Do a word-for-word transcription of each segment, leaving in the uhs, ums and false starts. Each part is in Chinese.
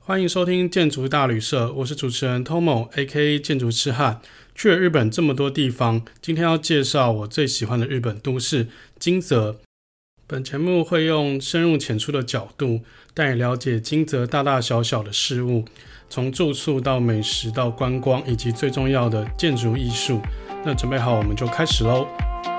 欢迎收听建筑大旅社，我是主持人 Tomo A K A 建筑痴汉。去了日本这么多地方，今天要介绍我最喜欢的日本都市金泽。本节目会用深入浅出的角度带你了解金泽大大小小的事物，从住宿到美食到观光，以及最重要的建筑艺术。那准备好我们就开始咯。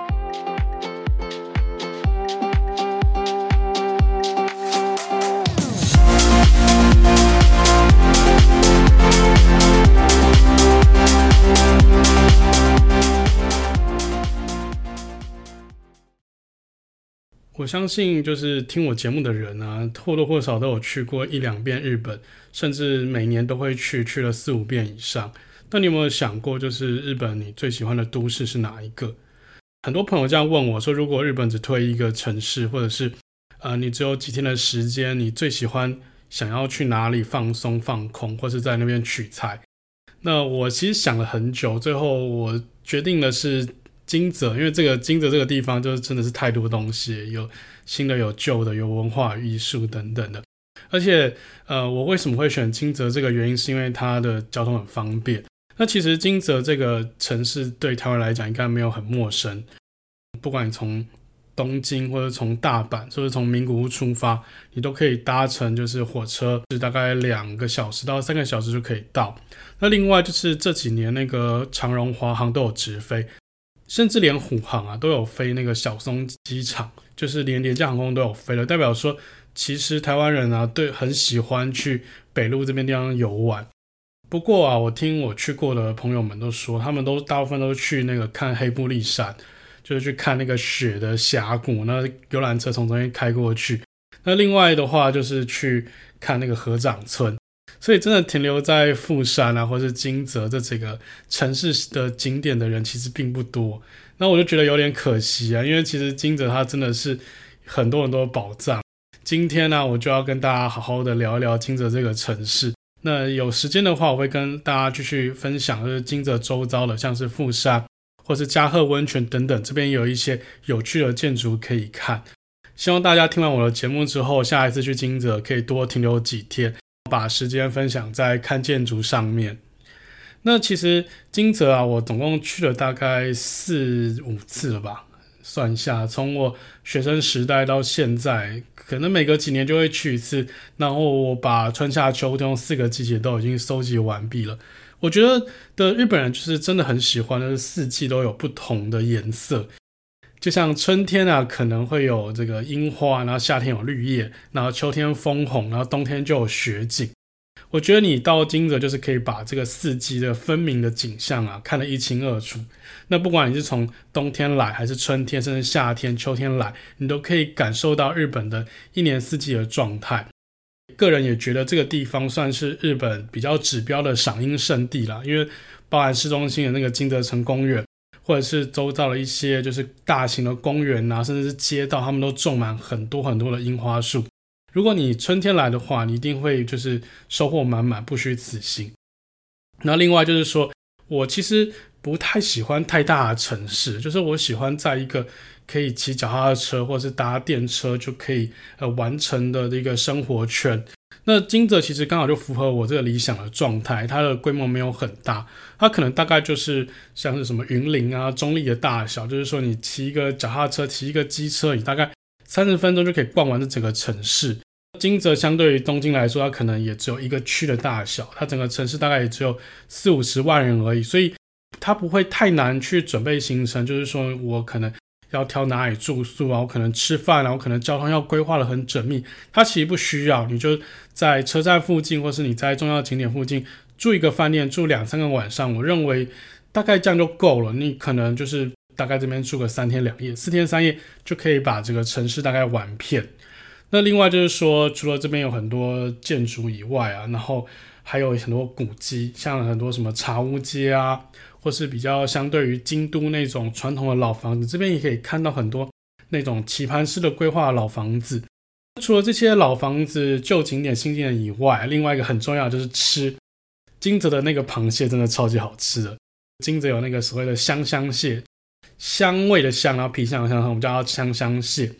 我相信就是听我节目的人啊，或多或少都有去过一两遍日本，甚至每年都会去，去了四五遍以上。那你有没有想过，就是日本你最喜欢的都市是哪一个？很多朋友这样问我说，如果日本只推一个城市，或者是呃你只有几天的时间，你最喜欢想要去哪里放松放空，或是在那边取材？那我其实想了很久，最后我决定的是金泽，因为这个金泽这个地方就是真的是太多东西，有新的有旧的，有文化艺术等等的。而且呃，我为什么会选金泽这个原因是因为它的交通很方便。那其实金泽这个城市对台湾来讲应该没有很陌生，不管你从东京或者从大阪或者从名古屋出发，你都可以搭乘就是火车，是大概两个小时到三个小时就可以到。那另外就是这几年那个长荣华航都有直飞，甚至连虎航啊都有飞那个小松机场，就是连廉价航空都有飞了，代表说其实台湾人啊对很喜欢去北陆这边地方游玩。不过啊，我听我去过的朋友们都说，他们都大部分都去那个看黑部立山，就是去看那个雪的峡谷，那游览车从中间开过去。那另外的话就是去看那个合掌村。所以真的停留在富山啊或是金泽这几个城市的景点的人其实并不多，那我就觉得有点可惜啊，因为其实金泽它真的是很多很多宝藏。今天呢、啊，我就要跟大家好好的聊一聊金泽这个城市。那有时间的话，我会跟大家继续分享就是金泽周遭的，像是富山或是加贺温泉等等，这边有一些有趣的建筑可以看。希望大家听完我的节目之后，下一次去金泽可以多停留几天，把时间分享在看建筑上面。那其实金泽啊，我总共去了大概四五次了吧，算一下，从我学生时代到现在，可能每隔几年就会去一次。然后我把春夏秋冬四个季节都已经收集完毕了。我觉得的日本人就是真的很喜欢的是四季都有不同的颜色。就像春天啊，可能会有这个樱花，然后夏天有绿叶，然后秋天枫红，然后冬天就有雪景。我觉得你到金泽就是可以把这个四季的分明的景象啊看得一清二楚。那不管你是从冬天来还是春天甚至夏天秋天来，你都可以感受到日本的一年四季的状态。个人也觉得这个地方算是日本比较指标的赏樱圣地啦，因为包含市中心的那个金泽城公园，或者是周遭的一些就是大型的公园啊，甚至是街道，他们都种满很多很多的樱花树。如果你春天来的话，你一定会就是收获满满，不虚此行。那另外就是说，我其实不太喜欢太大的城市，就是我喜欢在一个可以骑脚踏车或是搭电车就可以呃完成的一个生活圈。那金泽其实刚好就符合我这个理想的状态，它的规模没有很大，它可能大概就是像是什么云林啊、中立的大小，就是说你骑一个脚踏车、骑一个机车，你大概三十分钟就可以逛完这整个城市。金泽相对于东京来说，它可能也只有一个区的大小，它整个城市大概也只有四五十万人而已，所以它不会太难去准备行程，就是说我可能要挑哪里住宿啊，我可能吃饭啊，我可能交通要规划得很缜密，它其实不需要，你就在车站附近或是你在重要景点附近住一个饭店，住两三个晚上，我认为大概这样就够了。你可能就是大概这边住个三天两夜、四天三夜就可以把这个城市大概玩遍。那另外就是说，除了这边有很多建筑以外啊，然后还有很多古迹，像很多什么茶屋街啊，或是比较相对于京都那种传统的老房子，这边也可以看到很多那种棋盘式的规划的老房子。除了这些老房子、旧景点、新景点以外，另外一个很重要的就是吃。金泽的那个螃蟹真的超级好吃的，金泽有那个所谓的香香蟹，香味的香，然后皮香的香，我们叫它香香蟹。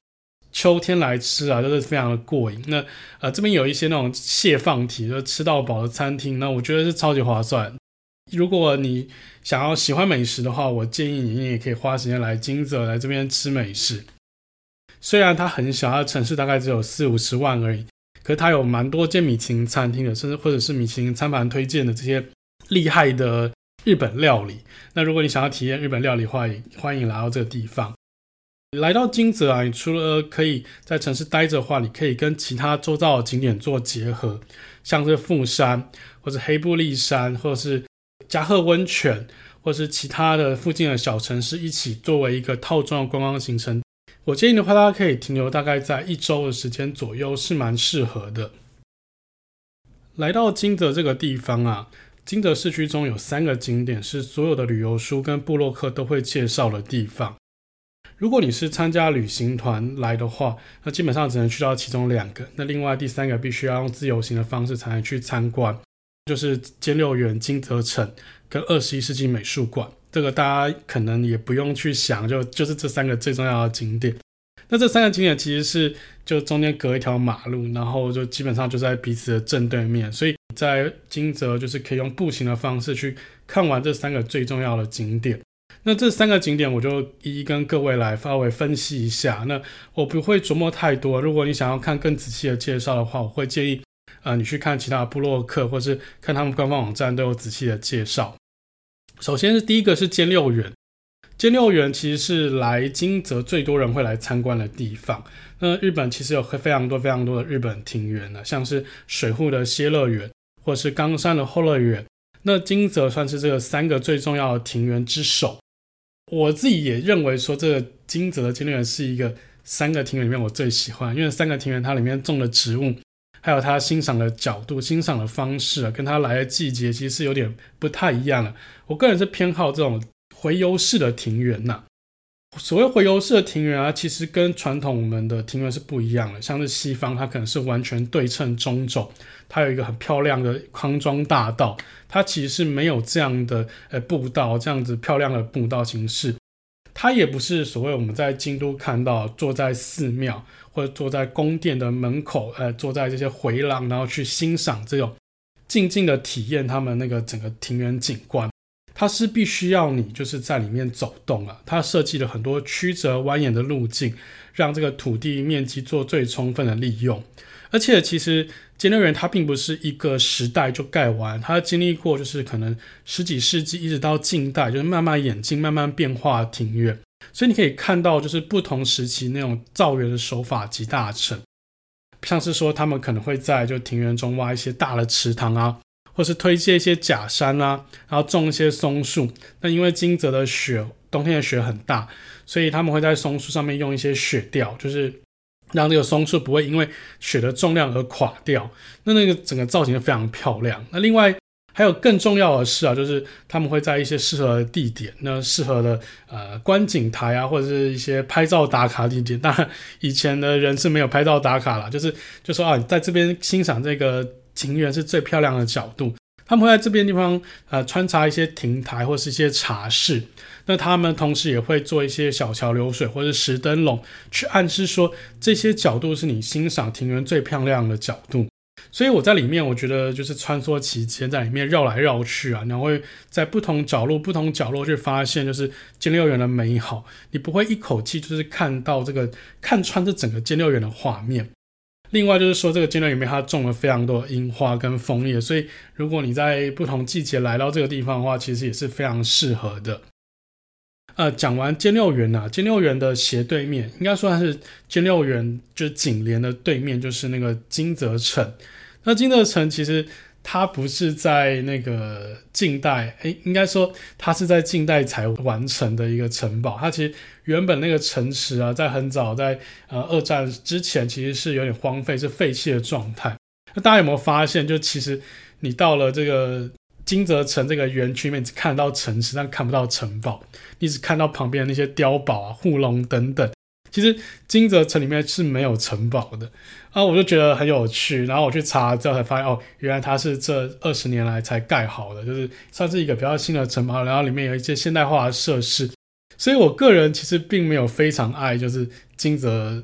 秋天来吃啊，就是非常的过瘾。那呃这边有一些那种蟹放题，就是吃到饱的餐厅，那我觉得是超级划算。如果你想要喜欢美食的话，我建议你也可以花时间来金泽，来这边吃美食。虽然它很小，它的城市大概只有四五十万而已，可是它有蛮多间米其林餐厅的，甚至或者是米其林餐盘推荐的这些厉害的日本料理。那如果你想要体验日本料理的话，也欢迎来到这个地方。来到金泽啊，你除了可以在城市待着的话，你可以跟其他周遭的景点做结合，像是富山或者黑布利山，或者是加贺温泉，或是其他的附近的小城市，一起作为一个套装的观光行程。我建议的话，大家可以停留大概在一周的时间左右，是蛮适合的。来到金泽这个地方啊，金泽市区中有三个景点是所有的旅游书跟部落客都会介绍的地方。如果你是参加旅行团来的话，那基本上只能去到其中两个，那另外第三个必须要用自由行的方式才能去参观，就是兼六园金泽城跟二十一世纪美术馆。这个大家可能也不用去想，就就是这三个最重要的景点。那这三个景点其实是就中间隔一条马路，然后就基本上就在彼此的正对面，所以在金泽就是可以用步行的方式去看完这三个最重要的景点。那这三个景点我就一一跟各位来稍微分析一下，那我不会琢磨太多，如果你想要看更仔细的介绍的话，我会建议呃你去看其他的部落客，或是看他们官方网站都有仔细的介绍。首先是第一个是兼六园，兼六园其实是来金泽最多人会来参观的地方。那日本其实有非常多非常多的日本庭园、啊、像是水户的歇乐园，或是冈山的后乐园。那金泽算是这个三个最重要的庭园之首。我自己也认为说，这个金泽的兼六园是一个三个庭园里面我最喜欢，因为三个庭园它里面种的植物，还有它欣赏的角度、欣赏的方式、啊、跟它来的季节其实是有点不太一样的。我个人是偏好这种回游式的庭园呐、啊。所谓回游式的庭园啊，其实跟传统我们的庭园是不一样的。像是西方，它可能是完全对称中轴，它有一个很漂亮的康庄大道，它其实是没有这样的呃步道，这样子漂亮的步道形式。它也不是所谓我们在京都看到坐在寺庙或者坐在宫殿的门口，呃，坐在这些回廊，然后去欣赏这种静静的体验他们那个整个庭园景观。它是必须要你就是在里面走动啊，它设计了很多曲折蜿蜒的路径，让这个土地面积做最充分的利用。而且其实兼六园它并不是一个时代就盖完，它经历过就是可能十几世纪一直到近代，就是慢慢演进、慢慢变化的庭园。所以你可以看到就是不同时期那种造园的手法集大成，像是说他们可能会在就庭园中挖一些大的池塘啊，或是推荐一些假山啊，然后种一些松树。那因为金泽的雪，冬天的雪很大，所以他们会在松树上面用一些雪吊，就是让这个松树不会因为雪的重量而垮掉。那那个整个造型非常漂亮。那另外还有更重要的是啊，就是他们会在一些适合的地点，那适合的呃观景台啊，或者是一些拍照打卡地点。当然以前的人是没有拍照打卡啦，就是就说啊，你在这边欣赏这个庭园是最漂亮的角度。他们会在这边地方呃穿插一些亭台或是一些茶室，那他们同时也会做一些小桥流水或是石灯笼，去暗示说这些角度是你欣赏庭园最漂亮的角度。所以我在里面我觉得就是穿梭其间，在里面绕来绕去啊，然后会在不同角落不同角落去发现就是兼六园的美好，你不会一口气就是看到这个看穿这整个兼六园的画面。另外就是说，这个兼六园里面它种了非常多的樱花跟枫叶，所以如果你在不同季节来到这个地方的话，其实也是非常适合的。呃，讲完兼六园啊，兼六园的斜对面，应该说它是兼六园就是紧连的对面，就是那个金泽城。那金泽城其实它不是在那个近代，诶，应该说它是在近代才完成的一个城堡。它其实原本那个城池啊，在很早在呃二战之前其实是有点荒废，是废弃的状态。那大家有没有发现，就其实你到了这个金泽城这个园区里面，只看到城池，但看不到城堡，你只看到旁边的那些碉堡啊、护龙等等。其实金泽城里面是没有城堡的啊，我就觉得很有趣。然后我去查之后才发现，哦，原来它是这二十年来才盖好的，就是算是一个比较新的城堡，然后里面有一些现代化的设施。所以我个人其实并没有非常爱就是金泽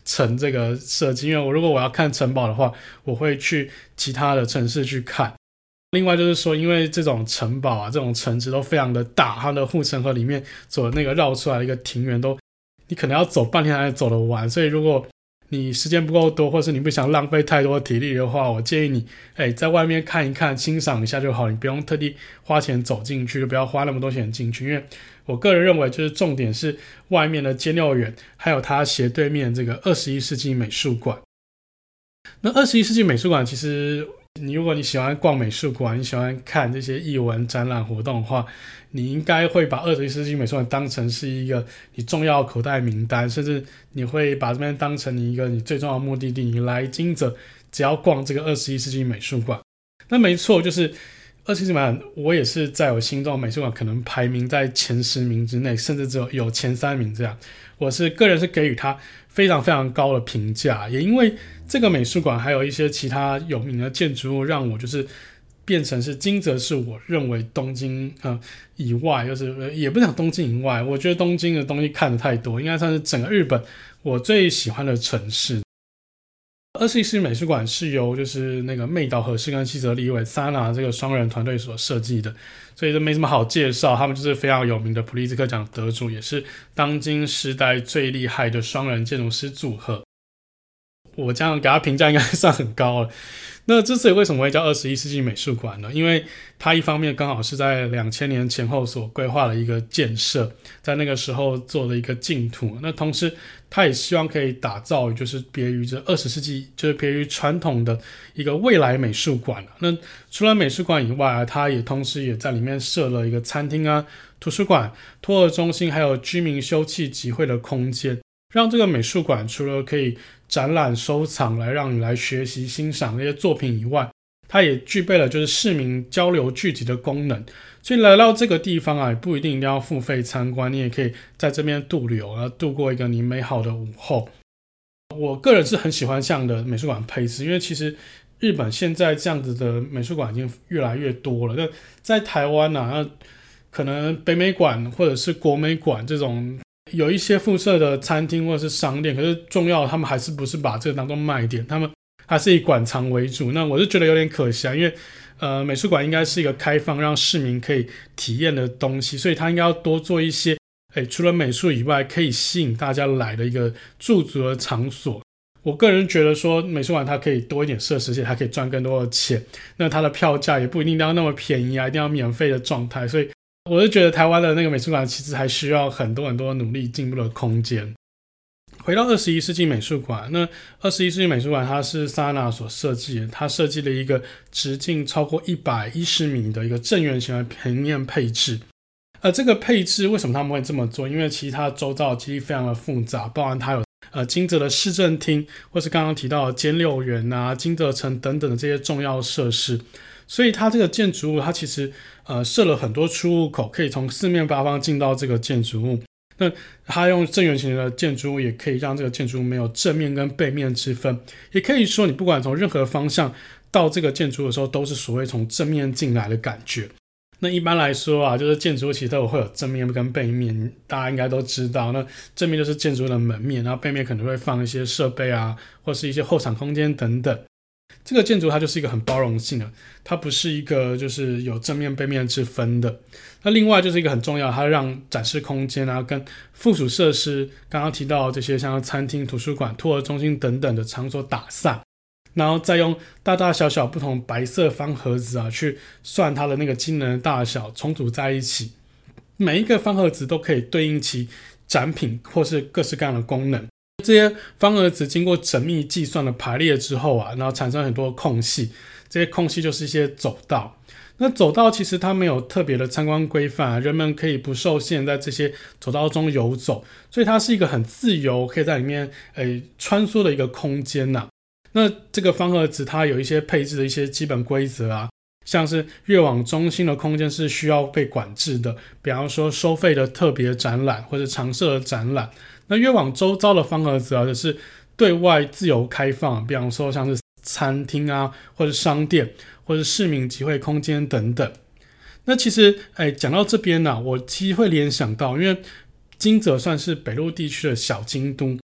城这个设计，因为我如果我要看城堡的话，我会去其他的城市去看。另外就是说，因为这种城堡啊，这种城池都非常的大，它的护城河里面所那个绕出来的一个庭园都，你可能要走半天才走得完，所以如果你时间不够多，或是你不想浪费太多体力的话，我建议你，哎，在外面看一看，欣赏一下就好，你不用特地花钱走进去，就不要花那么多钱进去。因为我个人认为，就是重点是外面的监六园，还有它斜对面这个二十一世纪美术馆。那二十一世纪美术馆，其实你如果你喜欢逛美术馆，你喜欢看这些艺文展览活动的话，你应该会把二十一世纪美术馆当成是一个你重要口袋名单，甚至你会把这边当成你一个你最重要的目的地。你来金泽只要逛这个二十一世纪美术馆，那没错，就是二十一世纪美术馆，我也是在我心中的美术馆可能排名在前十名之内，甚至只有有前三名这样。我是个人是给予它非常非常高的评价，也因为这个美术馆还有一些其他有名的建筑物，让我就是变成是金泽是我认为东京呃以外，就是也不讲东京以外，我觉得东京的东西看得太多，应该算是整个日本我最喜欢的城市。二十一世纪美术馆是由就是那个妹岛和世跟西泽立卫 S A N A 这个双人团队所设计的，所以这没什么好介绍，他们就是非常有名的普利兹克奖得主，也是当今时代最厉害的双人建筑师组合。我这样给他评价应该算很高了。那之所以为什么会叫二十一世纪美术馆呢？因为它一方面刚好是在两千年前后所规划的一个建设，在那个时候做的一个净土。那同时它也希望可以打造就是别于这二十世纪，就是别于传统的一个未来美术馆。那除了美术馆以外，它也同时也在里面设了一个餐厅啊、图书馆、托儿中心，还有居民休憩集会的空间，让这个美术馆除了可以展览收藏来让你来学习欣赏那些作品以外，它也具备了就是市民交流聚集的功能。所以来到这个地方啊，也不一定一定要付费参观，你也可以在这边度留，然后度过一个你美好的午后。我个人是很喜欢这样的美术馆配置，因为其实日本现在这样子的美术馆已经越来越多了。那在台湾啊，可能北美馆或者是国美馆这种有一些附设的餐厅或者是商店，可是重要的他们还是不是把这个当作卖点，他们还是以馆藏为主。那我是觉得有点可惜啊，因为呃美术馆应该是一个开放让市民可以体验的东西，所以它应该要多做一些诶除了美术以外可以吸引大家来的一个驻足的场所。我个人觉得说美术馆它可以多一点设施，而且它可以赚更多的钱，那它的票价也不一定要那么便宜啊，一定要免费的状态。所以我是觉得台湾的那个美术馆其实还需要很多很多努力进步的空间。回到二十一世纪美术馆，那二十一世纪美术馆它是 S A N A 所设计的，它设计了一个直径超过一百一十米的一个正圆形的平面配置。而这个配置为什么他们会这么做？因为其实它周遭基地非常的复杂，包含它有呃金泽的市政厅，或是刚刚提到的监六园啊、金泽城等等的这些重要设施。所以它这个建筑物它其实呃设了很多出入口，可以从四面八方进到这个建筑物。那它用正圆形的建筑物也可以让这个建筑物没有正面跟背面之分，也可以说你不管从任何方向到这个建筑物的时候都是所谓从正面进来的感觉。那一般来说啊，就是建筑物其实都会有正面跟背面，大家应该都知道。那正面就是建筑物的门面，然后背面可能会放一些设备啊，或是一些后场空间等等。这个建筑它就是一个很包容性的，它不是一个就是有正面背面之分的。那另外就是一个很重要，它让展示空间啊跟附属设施刚刚提到这些像餐厅、图书馆、托儿中心等等的场所打散，然后再用大大小小不同白色方盒子啊去算它的那个机能的大小重组在一起，每一个方盒子都可以对应其展品或是各式各样的功能。这些方盒子经过缜密计算的排列之后啊，然后产生很多空隙，这些空隙就是一些走道。那走道其实它没有特别的参观规范、啊、人们可以不受限在这些走道中游走，所以它是一个很自由可以在里面、呃、穿梭的一个空间、啊、那这个方盒子它有一些配置的一些基本规则啊，像是越往中心的空间是需要被管制的，比方说收费的特别展览或者常设的展览。那越往周遭的方盒子啊，就是对外自由开放，比方说像是餐厅啊，或者商店，或者市民集会空间等等。那其实，哎，讲到这边呢、啊，我其实会联想到，因为金泽算是北陆地区的小京都，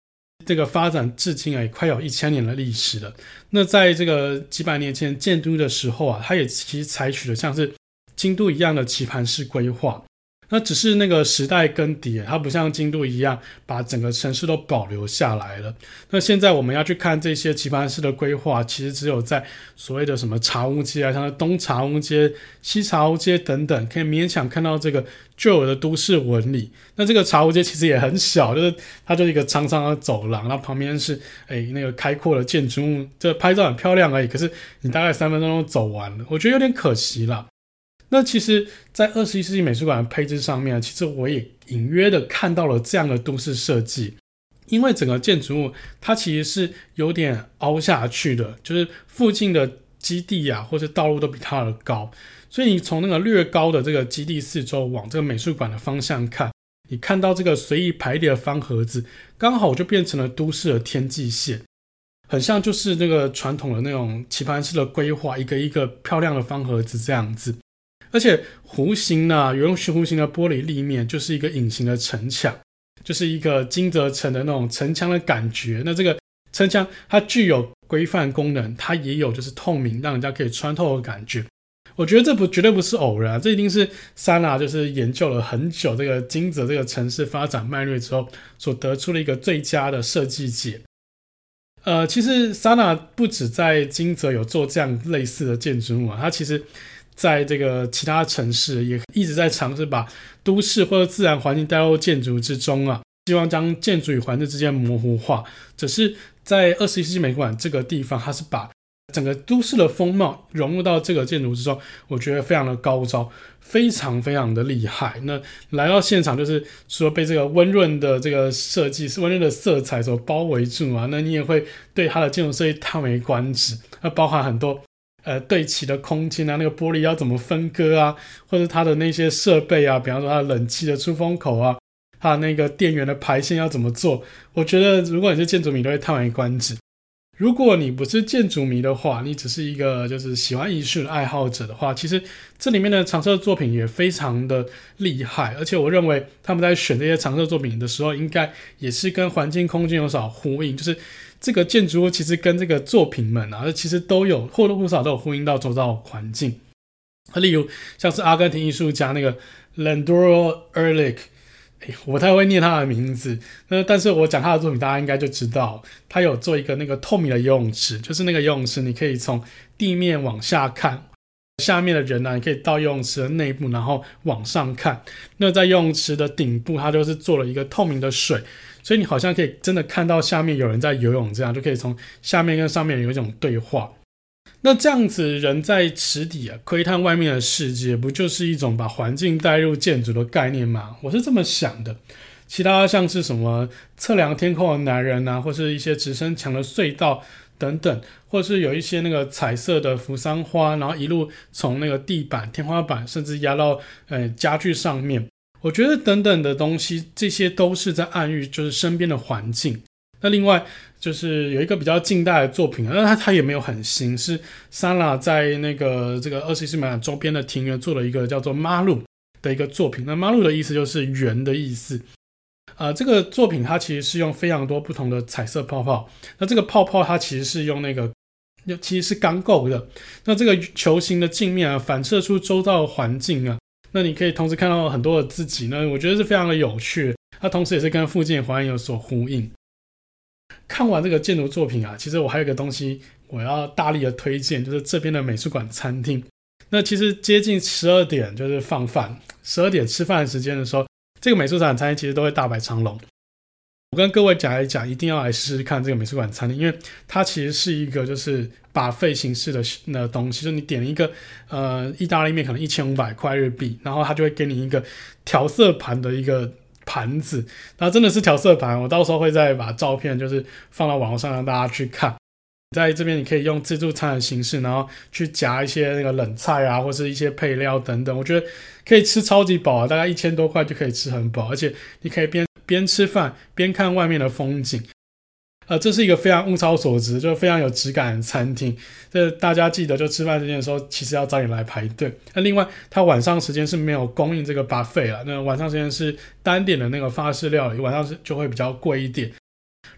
这个发展至今也快有一千年的历史了。那在这个几百年前建都的时候啊，它也其实采取了像是京都一样的棋盘式规划。那只是那个时代更迭，它不像京都一样把整个城市都保留下来了。那现在我们要去看这些棋盘式的规划，其实只有在所谓的什么茶屋街啊，像东茶屋街、西茶屋街等等，可以勉强看到这个旧有的都市纹理。那这个茶屋街其实也很小，就是它就是一个长长的走廊，然后旁边是哎那个开阔的建筑物，这拍照很漂亮而已。可是你大概三分钟就走完了，我觉得有点可惜啦。那其实在二十一世纪美术馆的配置上面，其实我也隐约的看到了这样的都市设计。因为整个建筑物它其实是有点凹下去的，就是附近的基地啊或是道路都比它的高，所以你从那个略高的这个基地四周往这个美术馆的方向看，你看到这个随意排列的方盒子，刚好就变成了都市的天际线，很像就是那个传统的那种棋盘式的规划，一个一个漂亮的方盒子这样子。而且弧形呢，有用弧形的玻璃立面，就是一个隐形的城墙，就是一个金泽城的那种城墙的感觉。那这个城墙它具有规范功能，它也有就是透明，让人家可以穿透的感觉。我觉得这不绝对不是偶然，这一定是 Sana 就是研究了很久这个金泽这个城市发展脉略之后所得出的一个最佳的设计解。呃，其实 Sana 不止在金泽有做这样类似的建筑物啊，它其实在这个其他城市也一直在尝试把都市或者自然环境带入建筑之中啊，希望将建筑与环境之间模糊化。只是在二十一世纪美术馆这个地方，它是把整个都市的风貌融入到这个建筑之中，我觉得非常的高招，非常非常的厉害。那来到现场，就是除了被这个温润的这个设计、温润的色彩所包围住啊，那你也会对它的建筑设计叹为观止。那包含很多呃对齐的空间啊，那个玻璃要怎么分割啊，或者它的那些设备啊，比方说它的冷气的出风口啊，它的那个电源的排线要怎么做，我觉得如果你是建筑迷都会叹为观止。如果你不是建筑迷的话，你只是一个就是喜欢艺术的爱好者的话，其实这里面的常设作品也非常的厉害，而且我认为他们在选这些常设作品的时候，应该也是跟环境空间有所呼应，就是这个建筑物其实跟这个作品们啊，其实都有或多或少都有呼应到周遭的环境。例如像是阿根廷艺术家那个 Landoro Erlich，我不太会念他的名字，那但是我讲他的作品，大家应该就知道，他有做一个那个透明的游泳池，就是那个游泳池，你可以从地面往下看，下面的人呢、啊，你可以到游泳池的内部，然后往上看。那在游泳池的顶部，它就是做了一个透明的水，所以你好像可以真的看到下面有人在游泳，这样就可以从下面跟上面有一种对话。那这样子人在池底啊窥探外面的世界，不就是一种把环境带入建筑的概念吗？我是这么想的。其他像是什么测量天空的男人啊，或是一些直升墙的隧道等等，或是有一些那个彩色的扶桑花，然后一路从那个地板、天花板，甚至压到呃家具上面，我觉得等等的东西，这些都是在暗喻就是身边的环境。那另外就是有一个比较近代的作品，那它它也没有很新，是 Sana 在那个这个二十一世纪美术馆周边的庭园做了一个叫做马路的一个作品。那马路的意思就是圆的意思。呃，这个作品它其实是用非常多不同的彩色泡泡，那这个泡泡它其实是用那个其实是钢构的，那这个球形的镜面啊，反射出周遭的环境啊，那你可以同时看到很多的自己呢，我觉得是非常的有趣，它同时也是跟附近的环境有所呼应。看完这个建筑作品啊，其实我还有一个东西我要大力的推荐，就是这边的美术馆餐厅。那其实接近十二点就是放饭，十二点吃饭的时间的时候，这个美术馆餐厅其实都会大摆长龙。我跟各位讲一讲，一定要来试试看这个美术馆餐厅，因为它其实是一个就是buffet形式的那东西，就是你点一个呃意大利面可能一千五百块日币，然后它就会给你一个调色盘的一个盘子，然后真的是调色盘，我到时候会再把照片就是放到网络上让大家去看。在这边你可以用自助餐的形式，然后去夹一些那个冷菜啊，或是一些配料等等，我觉得可以吃超级饱啊，大概一千多块就可以吃很饱，而且你可以边边吃饭边看外面的风景。呃，这是一个非常物超所值，就非常有质感的餐厅。这大家记得，就吃饭时间的时候，其实要早点来排队。那另外，它晚上时间是没有供应这个 buffet 了，那晚上时间是单点的那个法式料理，晚上就会比较贵一点。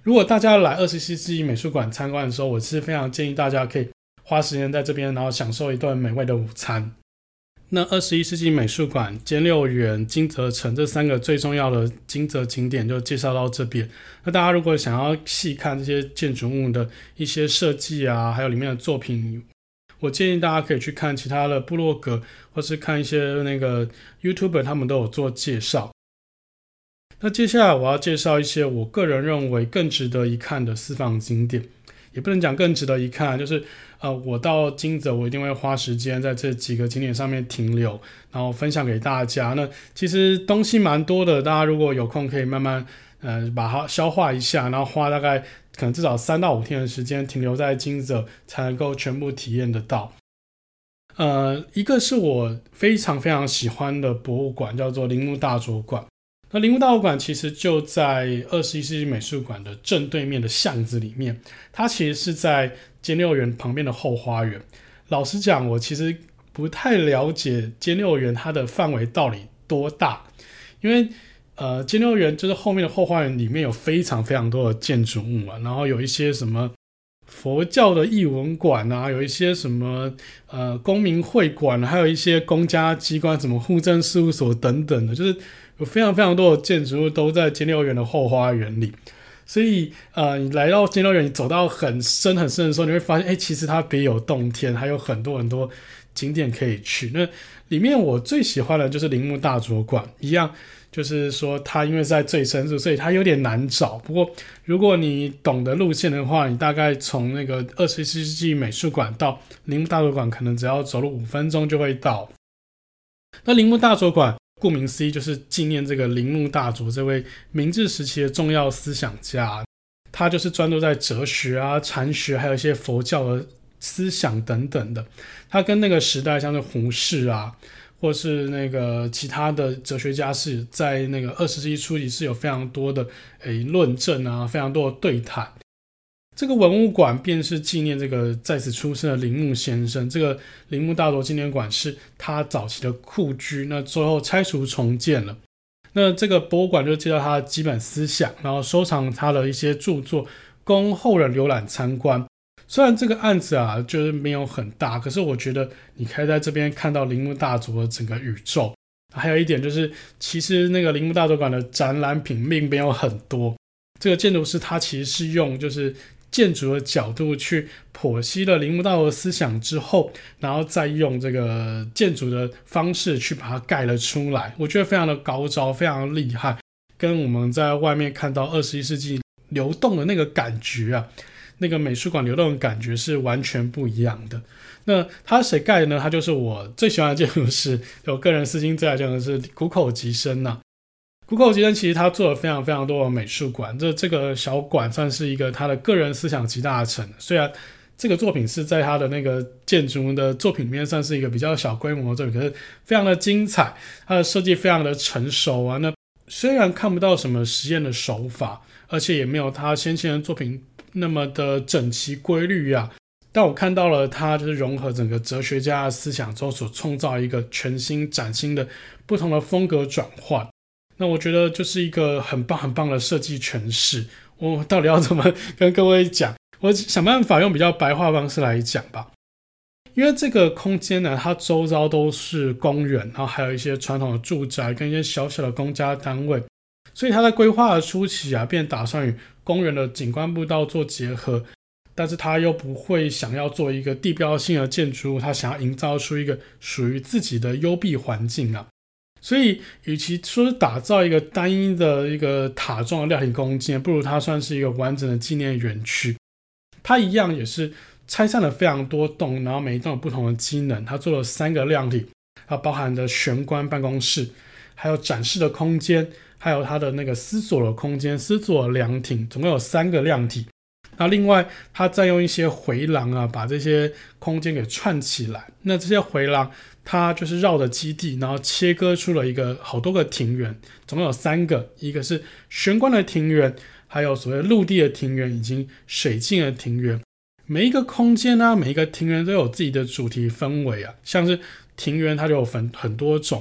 如果大家来二十一世纪美术馆参观的时候，我是非常建议大家可以花时间在这边，然后享受一顿美味的午餐。那二十一世纪美术馆、兼六园、金泽城这三个最重要的金泽景点就介绍到这边。那大家如果想要细看这些建筑物的一些设计啊，还有里面的作品，我建议大家可以去看其他的部落格，或是看一些那个 YouTuber 他们都有做介绍。那接下来我要介绍一些我个人认为更值得一看的私房景点，也不能讲更值得一看，就是呃，我到金泽我一定会花时间在这几个景点上面停留，然后分享给大家。那其实东西蛮多的，大家如果有空可以慢慢呃把它消化一下，然后花大概可能至少三到五天的时间停留在金泽，才能够全部体验得到。呃，一个是我非常非常喜欢的博物馆，叫做铃木大佐馆。那铃木大佐馆其实就在二十一世纪美术馆的正对面的巷子里面，它其实是在兼六园旁边的后花园。老实讲，我其实不太了解兼六园它的范围到底多大，因为呃，兼六园就是后面的后花园里面有非常非常多的建筑物啊，然后有一些什么佛教的艺文馆啊，有一些什么呃公民会馆，还有一些公家机关，什么户政事务所等等的，就是有非常非常多的建筑物都在兼六园的后花园里。所以呃，你来到兼六园，你走到很深很深的时候，你会发现，哎，其实它别有洞天，还有很多很多景点可以去。那里面我最喜欢的就是铃木大佐馆，一样就是说它因为在最深处，所以它有点难找。不过如果你懂得路线的话，你大概从那个二十一世纪美术馆到铃木大佐馆，可能只要走路五分钟就会到。那铃木大佐馆顾名思义就是纪念这个铃木大佐这位明治时期的重要思想家，他就是专注在哲学啊、禅学，还有一些佛教的思想等等的。他跟那个时代像是胡适啊，或是那个其他的哲学家是在那个二十世纪初期是有非常多的诶论证啊，非常多的对谈。这个文物馆便是纪念这个在此出生的铃木先生。这个铃木大佐纪念馆是他早期的故居，那最后拆除重建了。那这个博物馆就介绍他的基本思想，然后收藏他的一些著作，供后人浏览参观。虽然这个案子啊就是没有很大，可是我觉得你可以在这边看到铃木大佐的整个宇宙。还有一点就是，其实那个铃木大佐馆的展览品并没有很多。这个建筑师他其实是用就是建筑的角度去剖析了铃木大佐的思想之后，然后再用这个建筑的方式去把它盖了出来。我觉得非常的高招，非常的厉害，跟我们在外面看到二十一世纪流动的那个感觉啊，那个美术馆流动的感觉是完全不一样的。那他谁盖的呢？他就是我最喜欢的建筑师，我个人私心最爱的建筑师谷口吉生啊。谷口吉生其实他做了非常非常多的美术馆，这这个小馆算是一个他的个人思想集大成。虽然这个作品是在他的那个建筑的作品里面算是一个比较小规模的作品，可是非常的精彩，他的设计非常的成熟啊。那虽然看不到什么实验的手法，而且也没有他先前的作品那么的整齐规律啊，但我看到了他就是融合整个哲学家的思想之后所创造一个全新崭新的不同的风格转换。那我觉得就是一个很棒很棒的设计诠释。我到底要怎么跟各位讲？我想办法用比较白话方式来讲吧。因为这个空间呢，它周遭都是公园，然后还有一些传统的住宅跟一些小小的公家单位，所以它在规划的初期啊，便打算与公园的景观步道做结合，但是它又不会想要做一个地标性的建筑物，它想要营造出一个属于自己的幽闭环境啊。所以与其说是打造一个单一的一个塔状的料理空间，不如它算是一个完整的纪念园区。它一样也是拆散了非常多栋，然后每一栋有不同的机能。它做了三个量体，它包含着玄关办公室，还有展示的空间，还有它的那个思索的空间，思索的凉亭，总共有三个量体。那另外它再用一些回廊啊，把这些空间给串起来。那这些回廊它就是绕着基地，然后切割出了一个好多个庭园，总共有三个，一个是玄关的庭园，还有所谓陆地的庭园以及水境的庭园。每一个空间啊，每一个庭园都有自己的主题氛围啊，像是庭园它就有分很多种，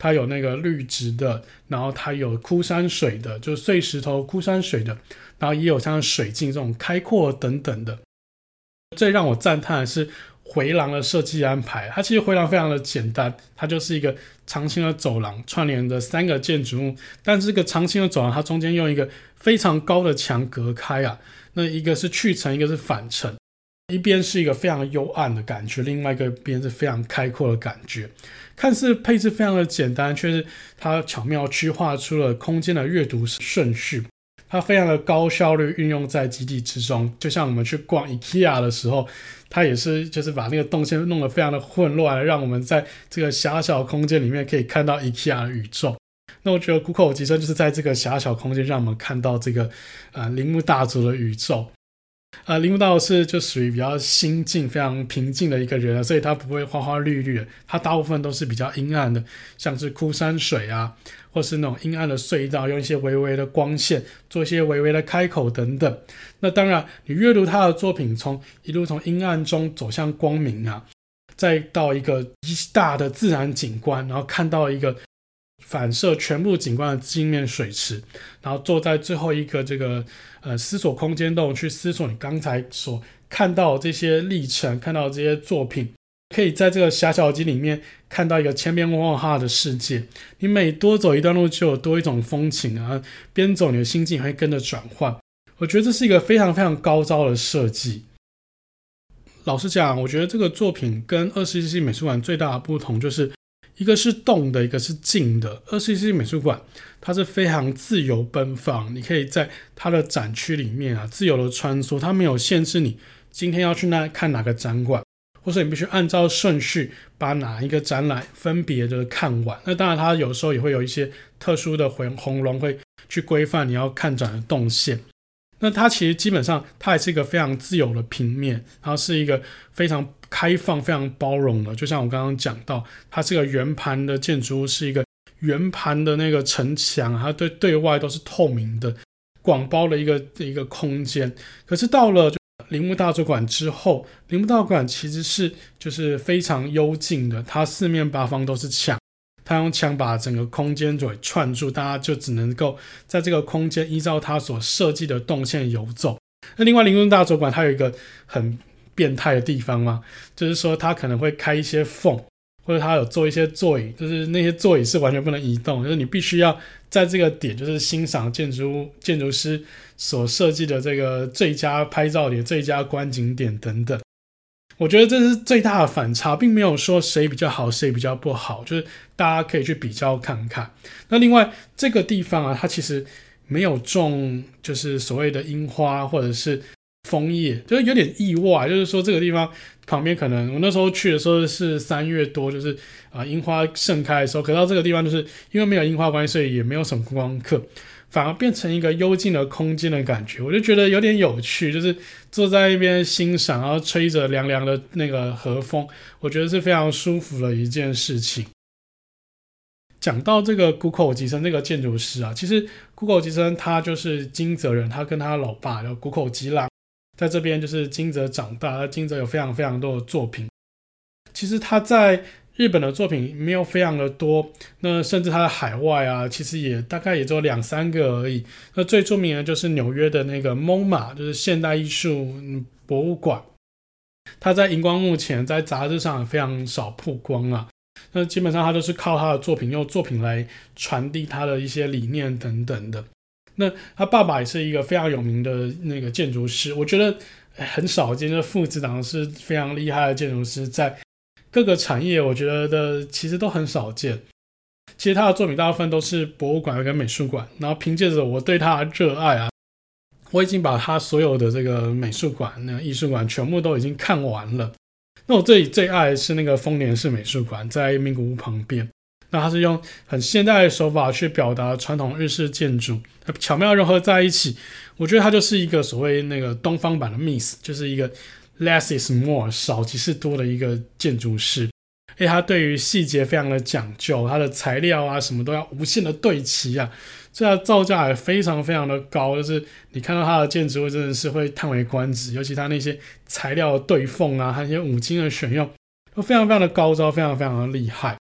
它有那个绿植的，然后它有枯山水的，就是碎石头枯山水的，然后也有像水镜这种开阔等等的。最让我赞叹的是回廊的设计安排，它其实回廊非常的简单，它就是一个长形的走廊串联着三个建筑物，但这个长形的走廊它中间用一个非常高的墙隔开啊，那一个是去程，一个是返程，一边是一个非常幽暗的感觉，另外一个边是非常开阔的感觉。看似配置非常的简单，却是它巧妙区划出了空间的阅读顺序，它非常的高效率运用在基地之中。就像我们去逛 IKEA 的时候，它也是就是把那个动线弄得非常的混乱，让我们在这个狭小空间里面可以看到 IKEA 的宇宙。那我觉得谷口吉生就是在这个狭小空间让我们看到这个呃铃木大佐的宇宙。呃，铃木大佐是就属于比较心境非常平静的一个人，所以他不会花花绿绿的，他大部分都是比较阴暗的，像是枯山水啊，或是那种阴暗的隧道，用一些微微的光线做一些微微的开口等等。那当然你阅读他的作品，从一路从阴暗中走向光明啊，再到一个大的自然景观，然后看到一个反射全部景观的镜面水池，然后坐在最后一个这个呃思索空间洞去思索你刚才所看到这些历程，看到这些作品，可以在这个狭小机里面看到一个千变万化的世界。你每多走一段路就有多一种风情啊，边走你的心境会跟着转换。我觉得这是一个非常非常高招的设计。老实讲，我觉得这个作品跟二十一世纪美术馆最大的不同就是一个是动的，一个是静的。二十一世纪美术馆它是非常自由奔放，你可以在它的展区里面啊自由的穿梭，它没有限制你今天要去那看哪个展馆，或者你必须按照顺序把哪一个展览分别的看完。那当然它有时候也会有一些特殊的红龙会去规范你要看展的动线。那它其实基本上它也是一个非常自由的平面，它是一个非常开放非常包容的，就像我刚刚讲到，它是个圆盘的建筑物，是一个圆盘的那个城墙，它对对外都是透明的广包的一个一个空间。可是到了铃木大佐馆之后，铃木大佐馆其实是就是非常幽静的，它四面八方都是墙，他用墙把整个空间给串住，大家就只能够在这个空间依照他所设计的动线游走。那另外铃木大佐馆它有一个很变态的地方嘛，就是说它可能会开一些缝，或者它有做一些座椅，就是那些座椅是完全不能移动，就是你必须要在这个点就是欣赏建筑物建筑师所设计的这个最佳拍照点、最佳观景点等等。我觉得这是最大的反差，并没有说谁比较好谁比较不好，就是大家可以去比较看看。那另外这个地方啊，它其实没有种就是所谓的樱花或者是枫叶，就是有点意外，就是说这个地方旁边可能我那时候去的时候是三月多，就是啊、呃、樱花盛开的时候，可到这个地方就是因为没有樱花关系，所以也没有什么观光客，反而变成一个幽静的空间的感觉，我就觉得有点有趣，就是坐在一边欣赏，然后吹着凉凉的那个和风，我觉得是非常舒服的一件事情。讲到这个谷口吉生这个建筑师啊，其实谷口吉生他就是金泽人，他跟他老爸叫谷口吉郎，在这边就是金泽长大，金泽有非常非常多的作品。其实他在日本的作品没有非常的多，那甚至他的海外啊，其实也大概也只有两三个而已。那最著名的就是纽约的那个 M O M A， 就是现代艺术博物馆。他在荧光幕前，在杂志上也非常少曝光啊。那基本上他都是靠他的作品，用作品来传递他的一些理念等等的。那他爸爸也是一个非常有名的那个建筑师，我觉得很少见，就是父子档是非常厉害的建筑师，在各个产业我觉得其实都很少见。其实他的作品大部分都是博物馆跟美术馆，然后凭借着我对他的热爱啊，我已经把他所有的这个美术馆、那个艺术馆全部都已经看完了。那我这里最爱的是那个丰田市美术馆，在名古屋旁边。那它是用很现代的手法去表达传统日式建筑，巧妙融合在一起。我觉得它就是一个所谓那个东方版的 Miss， 就是一个 less is more， 少即是多的一个建筑师。而且它对于细节非常的讲究，它的材料啊什么都要无限的对齐啊，所以它的造价也非常非常的高，就是你看到它的建筑物真的是会叹为观止，尤其它那些材料的对缝啊，还有一些五金的选用都非常非常的高招，非常非常的厉害。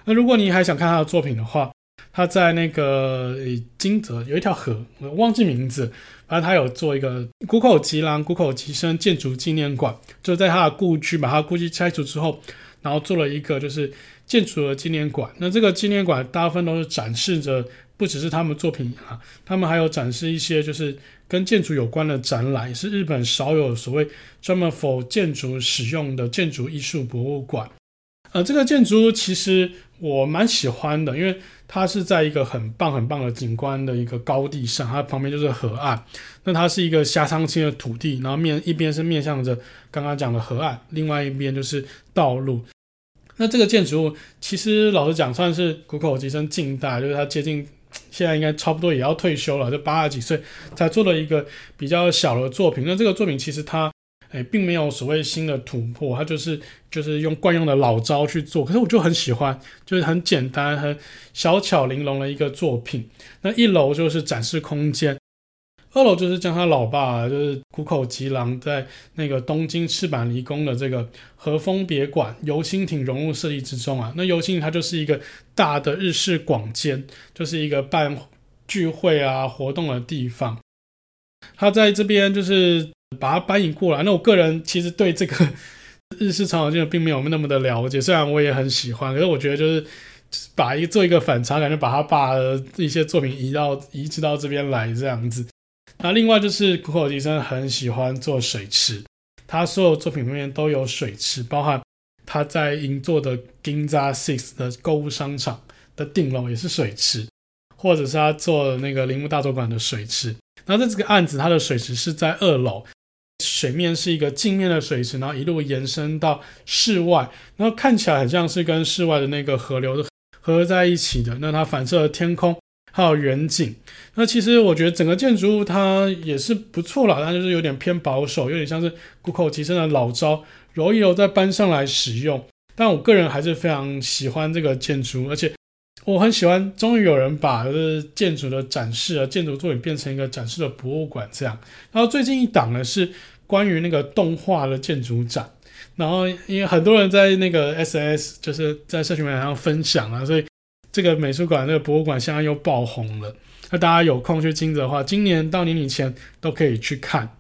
那如果你还想看他的作品的话，他在那个金泽有一条河，我忘记名字，反正他有做一个谷口吉郎谷口吉生建筑纪念馆，就在他的故居把他的故居拆除之后，然后做了一个就是建筑的纪念馆。那这个纪念馆大部分都是展示着不只是他们作品啊，他们还有展示一些就是跟建筑有关的展览，也是日本少有所谓专门 for 建筑使用的建筑艺术博物馆。呃，这个建筑其实我蛮喜欢的，因为它是在一个很棒很棒的景观的一个高地上，它旁边就是河岸。那它是一个狭长型的土地，然后面一边是面向着刚刚讲的河岸，另外一边就是道路。那这个建筑物其实老实讲算是谷口吉生近代，就是他接近现在应该差不多也要退休了，就八十几岁才做了一个比较小的作品。那这个作品其实它诶并没有所谓新的突破，它就是就是用惯用的老招去做，可是我就很喜欢，就是很简单很小巧玲珑的一个作品。那一楼就是展示空间，二楼就是将他老爸就是谷口吉郎在那个东京赤坂离宫的这个和风别馆游心町融入设计之中啊。那游心町它就是一个大的日式广间，就是一个办聚会啊活动的地方。他在这边就是把它搬移过来。那我个人其实对这个日式长岛建筑并没有那么的了解，虽然我也很喜欢，可是我觉得就是把一做一个反差，感觉把他爸的一些作品移到移植到这边来这样子。那另外就是谷口吉生很喜欢做水池，他所有作品里面都有水池，包含他在银座的 Ginza Six 的购物商场的顶楼也是水池，或者是他做的那个铃木大佐馆的水池。然后在这个案子，它的水池是在二楼，水面是一个镜面的水池，然后一路延伸到室外，然后看起来很像是跟室外的那个河流合在一起的。那它反射的天空还有远景，那其实我觉得整个建筑物它也是不错啦，但就是有点偏保守，有点像是谷口吉生的老招揉一揉再搬上来使用。但我个人还是非常喜欢这个建筑，而且我很喜欢终于有人把就是建筑的展示啊建筑作品变成一个展示的博物馆这样。然后最近一档呢是关于那个动画的建筑展，然后因为很多人在那个 S N S 就是在社群媒体上分享啊，所以这个美术馆这个博物馆现在又爆红了。那大家有空去金泽的话，今年到年底前都可以去看。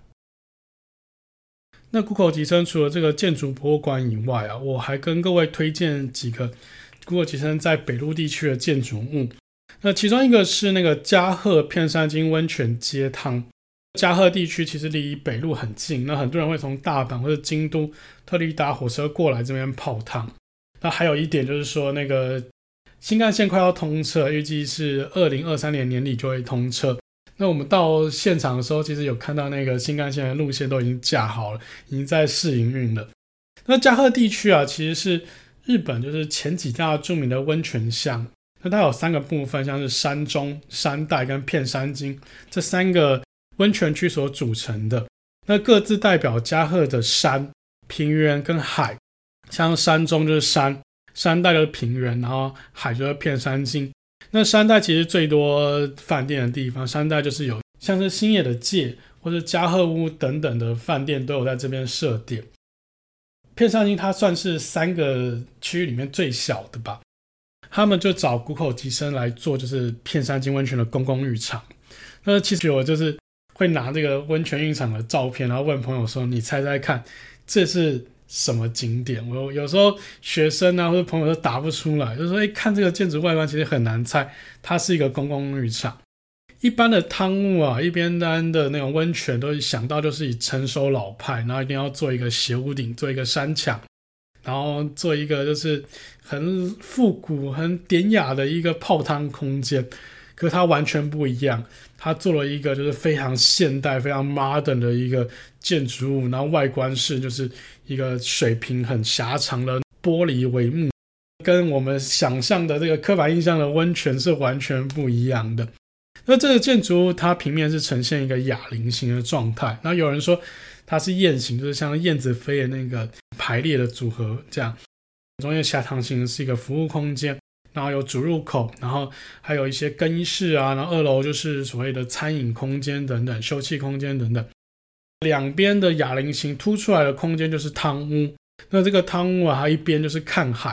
那谷口吉生除了这个建筑博物馆以外啊，我还跟各位推荐几个谷口吉生在北陆地区的建筑物。那其中一个是那个加贺片山津温泉街汤。加贺地区其实离北陆很近，那很多人会从大阪或者京都特地搭火车过来这边泡汤。那还有一点就是说，那个新干线快要通车，预计是二零二三年年底就会通车。那我们到现场的时候，其实有看到那个新干线的路线都已经架好了，已经在试营运了。那加贺地区啊，其实是日本就是前几大著名的温泉乡。那它有三个部分，像是山中、山代跟片山津这三个温泉区所组成的。那各自代表加贺的山、平原跟海。像山中就是山，山代就是平原，然后海就是片山津。那山代其实最多饭店的地方，山代就是有像是星野的界或是加贺屋等等的饭店都有在这边设点。片山津它算是三个区域里面最小的吧，他们就找谷口吉生来做就是片山津温泉的公共浴场。那其实我就是会拿这个温泉浴场的照片，然后问朋友说你猜猜看这是什么景点。我有时候学生啊或者朋友都答不出来，就是说、欸、看这个建筑外观其实很难猜它是一个公共浴场。一般的汤屋啊一边单的那种温泉都想到就是以成熟老派，然后一定要做一个斜屋顶，做一个山墙，然后做一个就是很复古很典雅的一个泡汤空间。可是它完全不一样，它做了一个就是非常现代非常 modern 的一个建筑物，然后外观是就是一个水平很狭长的玻璃帷幕，跟我们想象的这个刻板印象的温泉是完全不一样的。那这个建筑物它平面是呈现一个哑铃形的状态，然后有人说它是雁形，就是像燕子飞的那个排列的组合这样。中间狭长形是一个服务空间，然后有主入口，然后还有一些更衣室啊，然后二楼就是所谓的餐饮空间等等，休憩空间等等。两边的哑铃形凸出来的空间就是汤屋。那这个汤屋啊，它一边就是看海，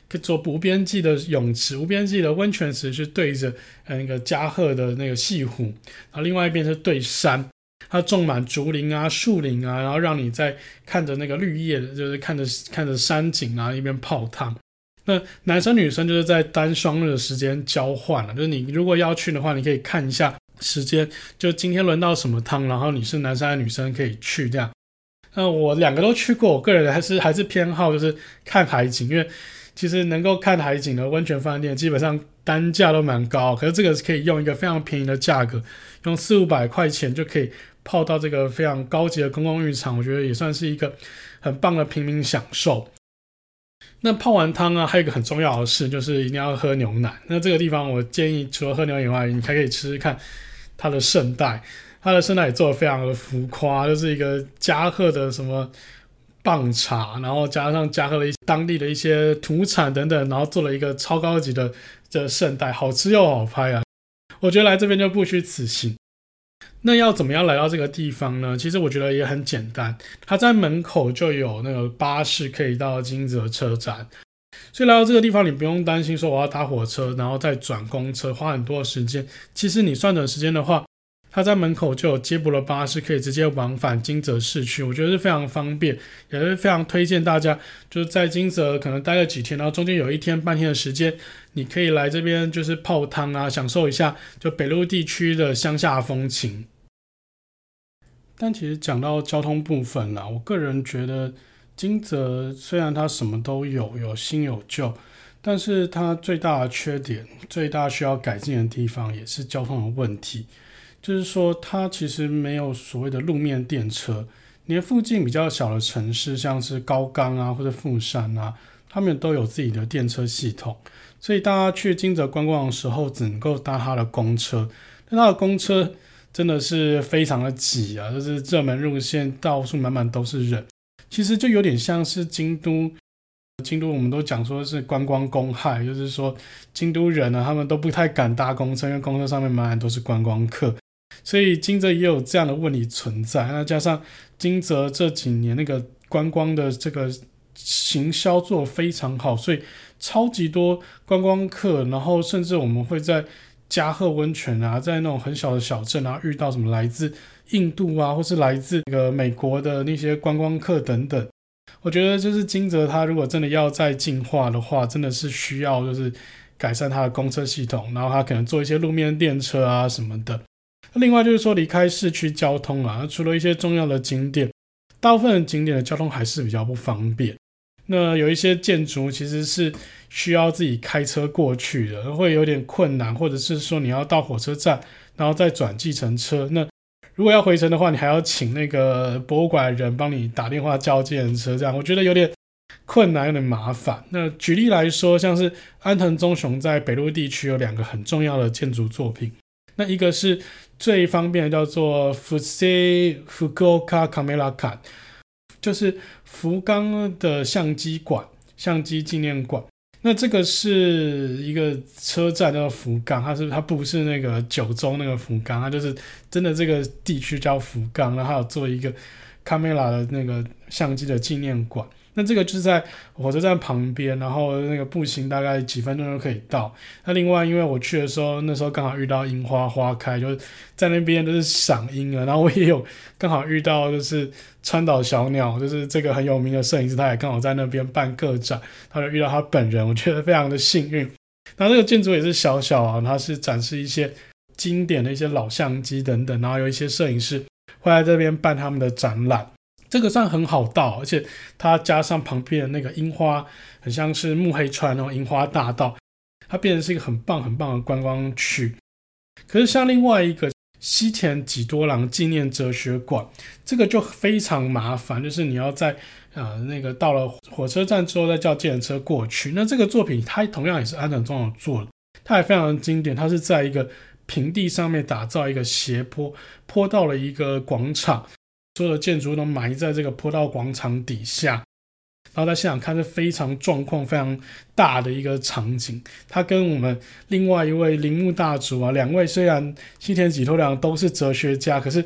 可以做无边际的泳池、无边际的温泉池，是对着那个加贺的那个西湖，然后另外一边是对山，它种满竹林啊、树林啊，然后让你在看着那个绿叶，就是看着看着山景啊，一边泡汤。那男生女生就是在单双日的时间交换了，就是你如果要去的话，你可以看一下时间，就今天轮到什么汤，然后你是男生还是女生可以去这样。那我两个都去过，我个人还是还是偏好就是看海景，因为其实能够看海景的温泉饭店基本上单价都蛮高，可是这个可以用一个非常便宜的价格，用四五百块钱就可以泡到这个非常高级的公共浴场，我觉得也算是一个很棒的平民享受。那泡完汤啊，还有一个很重要的事就是一定要喝牛奶。那这个地方我建议除了喝牛奶以外，你还可以吃吃看它的圣代，它的圣代也做得非常的浮夸，就是一个加贺的什么棒茶，然后加上加贺的当地的一些土产等等，然后做了一个超高级的的圣代，好吃又好拍啊！我觉得来这边就不虚此行。那要怎么样来到这个地方呢？其实我觉得也很简单，它在门口就有那个巴士可以到金泽车站，所以来到这个地方你不用担心说我要搭火车然后再转公车花很多的时间。其实你算准时间的话，它在门口就有接驳的巴士可以直接往返金泽市区，我觉得是非常方便，也是非常推荐大家就是在金泽可能待个几天，然后中间有一天半天的时间，你可以来这边就是泡汤啊，享受一下就北陆地区的乡下风情。但其实讲到交通部分啦，我个人觉得金泽虽然它什么都有，有新有旧，但是它最大的缺点，最大需要改进的地方也是交通的问题，就是说它其实没有所谓的路面电车，连附近比较小的城市像是高冈啊或者富山啊，他们都有自己的电车系统，所以大家去金泽观光的时候只能够搭它的公车，但它的公车真的是非常的挤啊，就是热门路线到处满满都是人，其实就有点像是京都，京都我们都讲说是观光公害，就是说京都人呢、啊，他们都不太敢搭公车，因为公车上面满满都是观光客，所以金泽也有这样的问题存在。那加上金泽这几年那个观光的这个行销做得非常好，所以超级多观光客，然后甚至我们会在加贺温泉啊，在那种很小的小镇啊，遇到什么来自印度啊，或是来自那个美国的那些观光客等等。我觉得就是金泽它如果真的要再进化的话，真的是需要就是改善它的公车系统，然后它可能做一些路面电车啊什么的。另外就是说离开市区交通啊，除了一些重要的景点，大部分的景点的交通还是比较不方便。那有一些建筑其实是需要自己开车过去的，会有点困难，或者是说你要到火车站然后再转计程车，那如果要回程的话，你还要请那个博物馆的人帮你打电话叫计程车，这样我觉得有点困难，有点麻烦。那举例来说，像是安藤忠雄在北陆地区有两个很重要的建筑作品，那一个是最方便的叫做 Fusei Fukuoka Camera Kan， 就是福冈的相机馆、相机纪念馆。那这个是一个车站叫福冈，它是它不是那个九州那个福冈，它就是真的这个地区叫福冈，然后还有做一个 camera 的那个相机的纪念馆。那这个就是在火车站旁边，然后那个步行大概几分钟就可以到。那另外因为我去的时候，那时候刚好遇到樱花花开，就是在那边就是赏樱了，然后我也有刚好遇到就是川岛小鸟，就是这个很有名的摄影师，他也刚好在那边办个展，他就遇到他本人，我觉得非常的幸运。然后这个建筑也是小小啊，它是展示一些经典的一些老相机等等，然后有一些摄影师会在这边办他们的展览。这个算很好到，而且它加上旁边的那个樱花，很像是目黑川那种樱花大道，它变成是一个很棒很棒的观光区。可是像另外一个西田几多郎纪念哲学馆，这个就非常麻烦，就是你要在呃那个到了火车站之后再叫计程车过去。那这个作品它同样也是安藤忠雄做的，它也非常的经典，它是在一个平地上面打造一个斜坡，坡到了一个广场。所有的建筑都埋在这个坡道广场底下，然后在现场看是非常壮阔非常大的一个场景。它跟我们另外一位铃木大竹啊，两位虽然西田几多良都是哲学家，可是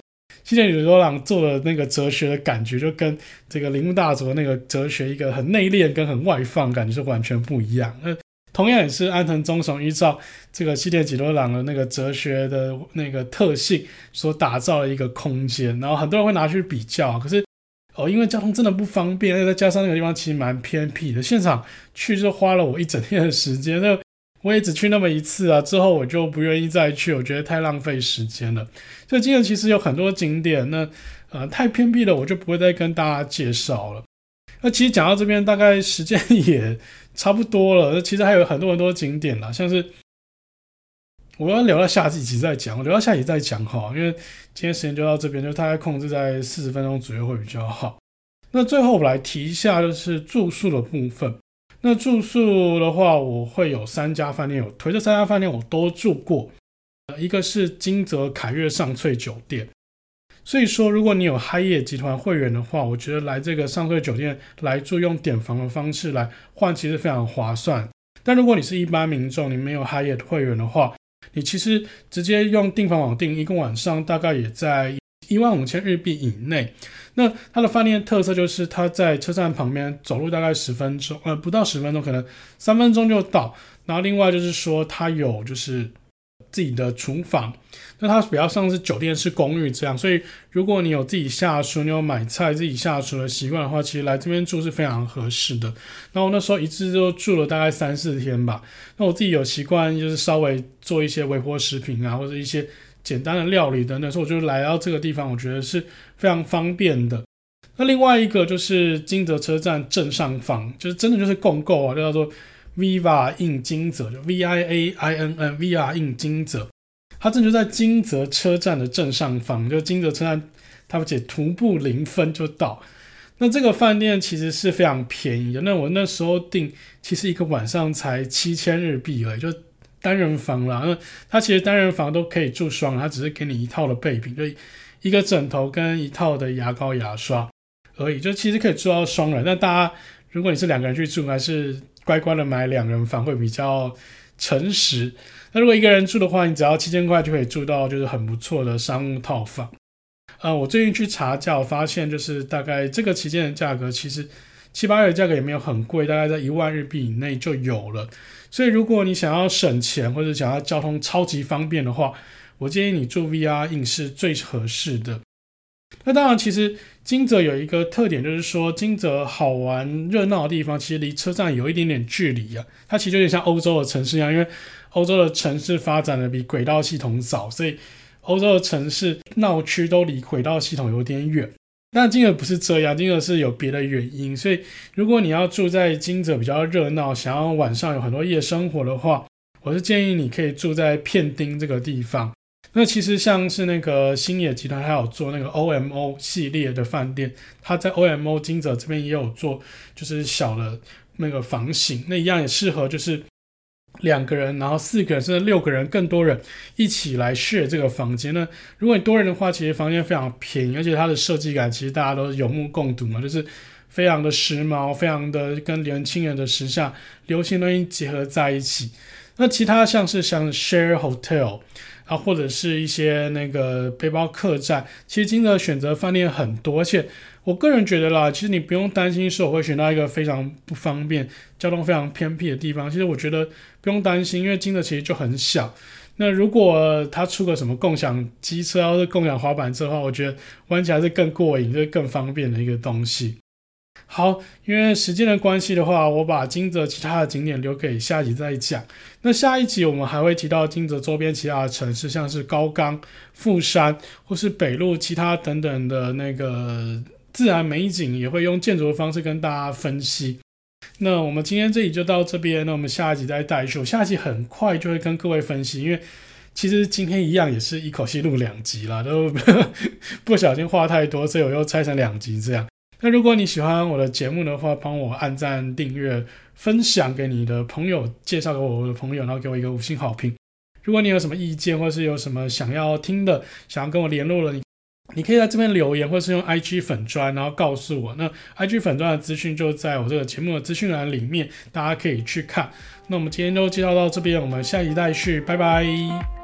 西田宇多郎做的那个哲学的感觉，就跟这个铃木大佐的那个哲学一个很内敛跟很外放感觉是完全不一样。那同样也是安藤忠雄依照这个西田宇多郎的那个哲学的那个特性所打造的一个空间，然后很多人会拿去比较，可是哦，因为交通真的不方便，而且再加上那个地方其实蛮偏僻的，现场去就花了我一整天的时间，那我也只去那么一次啊，之后我就不愿意再去，我觉得太浪费时间了。所以今年其实有很多景点，那呃太偏僻了，我就不会再跟大家介绍了。那其实讲到这边，大概时间也差不多了。其实还有很多很多景点啦，像是我要留到下一集再讲，我留到下一集再讲好，因为今天时间就到这边，就大概控制在四十分钟左右会比较好。那最后我来提一下，就是住宿的部分。那住宿的话，我会有三家饭店有推，这三家饭店我都住过。一个是金泽凯悦上翠酒店，所以说如果你有嗨野集团会员的话，我觉得来这个上翠酒店来住，用点房的方式来换，其实非常划算。但如果你是一般民众，你没有嗨野会员的话，你其实直接用订房网订，一个晚上大概也在一万五千日币以内。那它的饭店的特色就是它在车站旁边，走路大概十分钟，呃，不到十分钟，可能三分钟就到。然后另外就是说，它有就是自己的厨房，那它比较像是酒店式公寓这样，所以如果你有自己下厨，你有买菜自己下厨的习惯的话，其实来这边住是非常合适的。然后那时候一次就住了大概三四天吧。那我自己有习惯就是稍微做一些微波食品啊，或者一些简单的料理等等，所以我就来到这个地方，我觉得是非常方便的。那另外一个就是金泽车站正上方，就是真的就是共购啊，就叫做 Viva in 金泽，就 V I A I N N Viva in 金泽，它真的就在金泽车站的正上方，就金泽车站，他们写徒步零分就到。那这个饭店其实是非常便宜的，那我那时候订，其实一个晚上才七千日币而已，就单人房啦。那它其实单人房都可以住双，它只是给你一套的备品，就一个枕头跟一套的牙膏牙刷而已，就其实可以住到双人。但大家如果你是两个人去住，还是乖乖的买两人房会比较诚实。那如果一个人住的话，你只要七千块就可以住到就是很不错的商务套房。呃，我最近去查价，我发现就是大概这个期间的价格，其实七八月的价格也没有很贵，大概在一万日币以内就有了。所以如果你想要省钱或者想要交通超级方便的话，我建议你住 V R in 是最合适的。那当然其实金泽有一个特点，就是说金泽好玩热闹的地方其实离车站有一点点距离啊，它其实有点像欧洲的城市一样，因为欧洲的城市发展的比轨道系统早，所以欧洲的城市闹区都离轨道系统有点远。但金泽不是这样，金泽是有别的原因，所以如果你要住在金泽比较热闹，想要晚上有很多夜生活的话，我是建议你可以住在片町这个地方。那其实像是那个星野集团还有做那个 O M O 系列的饭店，它在 O M O 金泽这边也有做就是小的那个房型，那一样也适合就是两个人，然后四个人甚至六个人更多人一起来 share 这个房间。那如果你多人的话，其实房间非常便宜，而且它的设计感其实大家都有目共睹嘛，就是非常的时髦，非常的跟年轻人的时下流行东西结合在一起。那其他像是像 share hotel啊，或者是一些那个背包客栈，其实金泽选择饭店很多，而且我个人觉得啦，其实你不用担心说我会选到一个非常不方便、交通非常偏僻的地方。其实我觉得不用担心，因为金泽其实就很小。那如果他出个什么共享机车或者共享滑板车的话，我觉得玩起来是更过瘾，就是更方便的一个东西。好，因为时间的关系的话，我把金泽其他的景点留给下一集再讲。那下一集我们还会提到金泽周边其他的城市，像是高冈、富山或是北路其他等等的那个自然美景，也会用建筑的方式跟大家分析。那我们今天这里就到这边，那我们下一集再带去。下一集很快就会跟各位分析，因为其实今天一样也是一口气录两集啦，都不小心话太多，所以我又拆成两集这样。那如果你喜欢我的节目的话，帮我按赞、订阅、分享给你的朋友，介绍给我的朋友，然后给我一个五星好评。如果你有什么意见，或是有什么想要听的，想要跟我联络了，你你可以在这边留言，或是用 I G 粉专，然后告诉我。那 I G 粉专的资讯就在我这个节目的资讯栏里面，大家可以去看。那我们今天就介绍到这边，我们下一集再续，拜拜。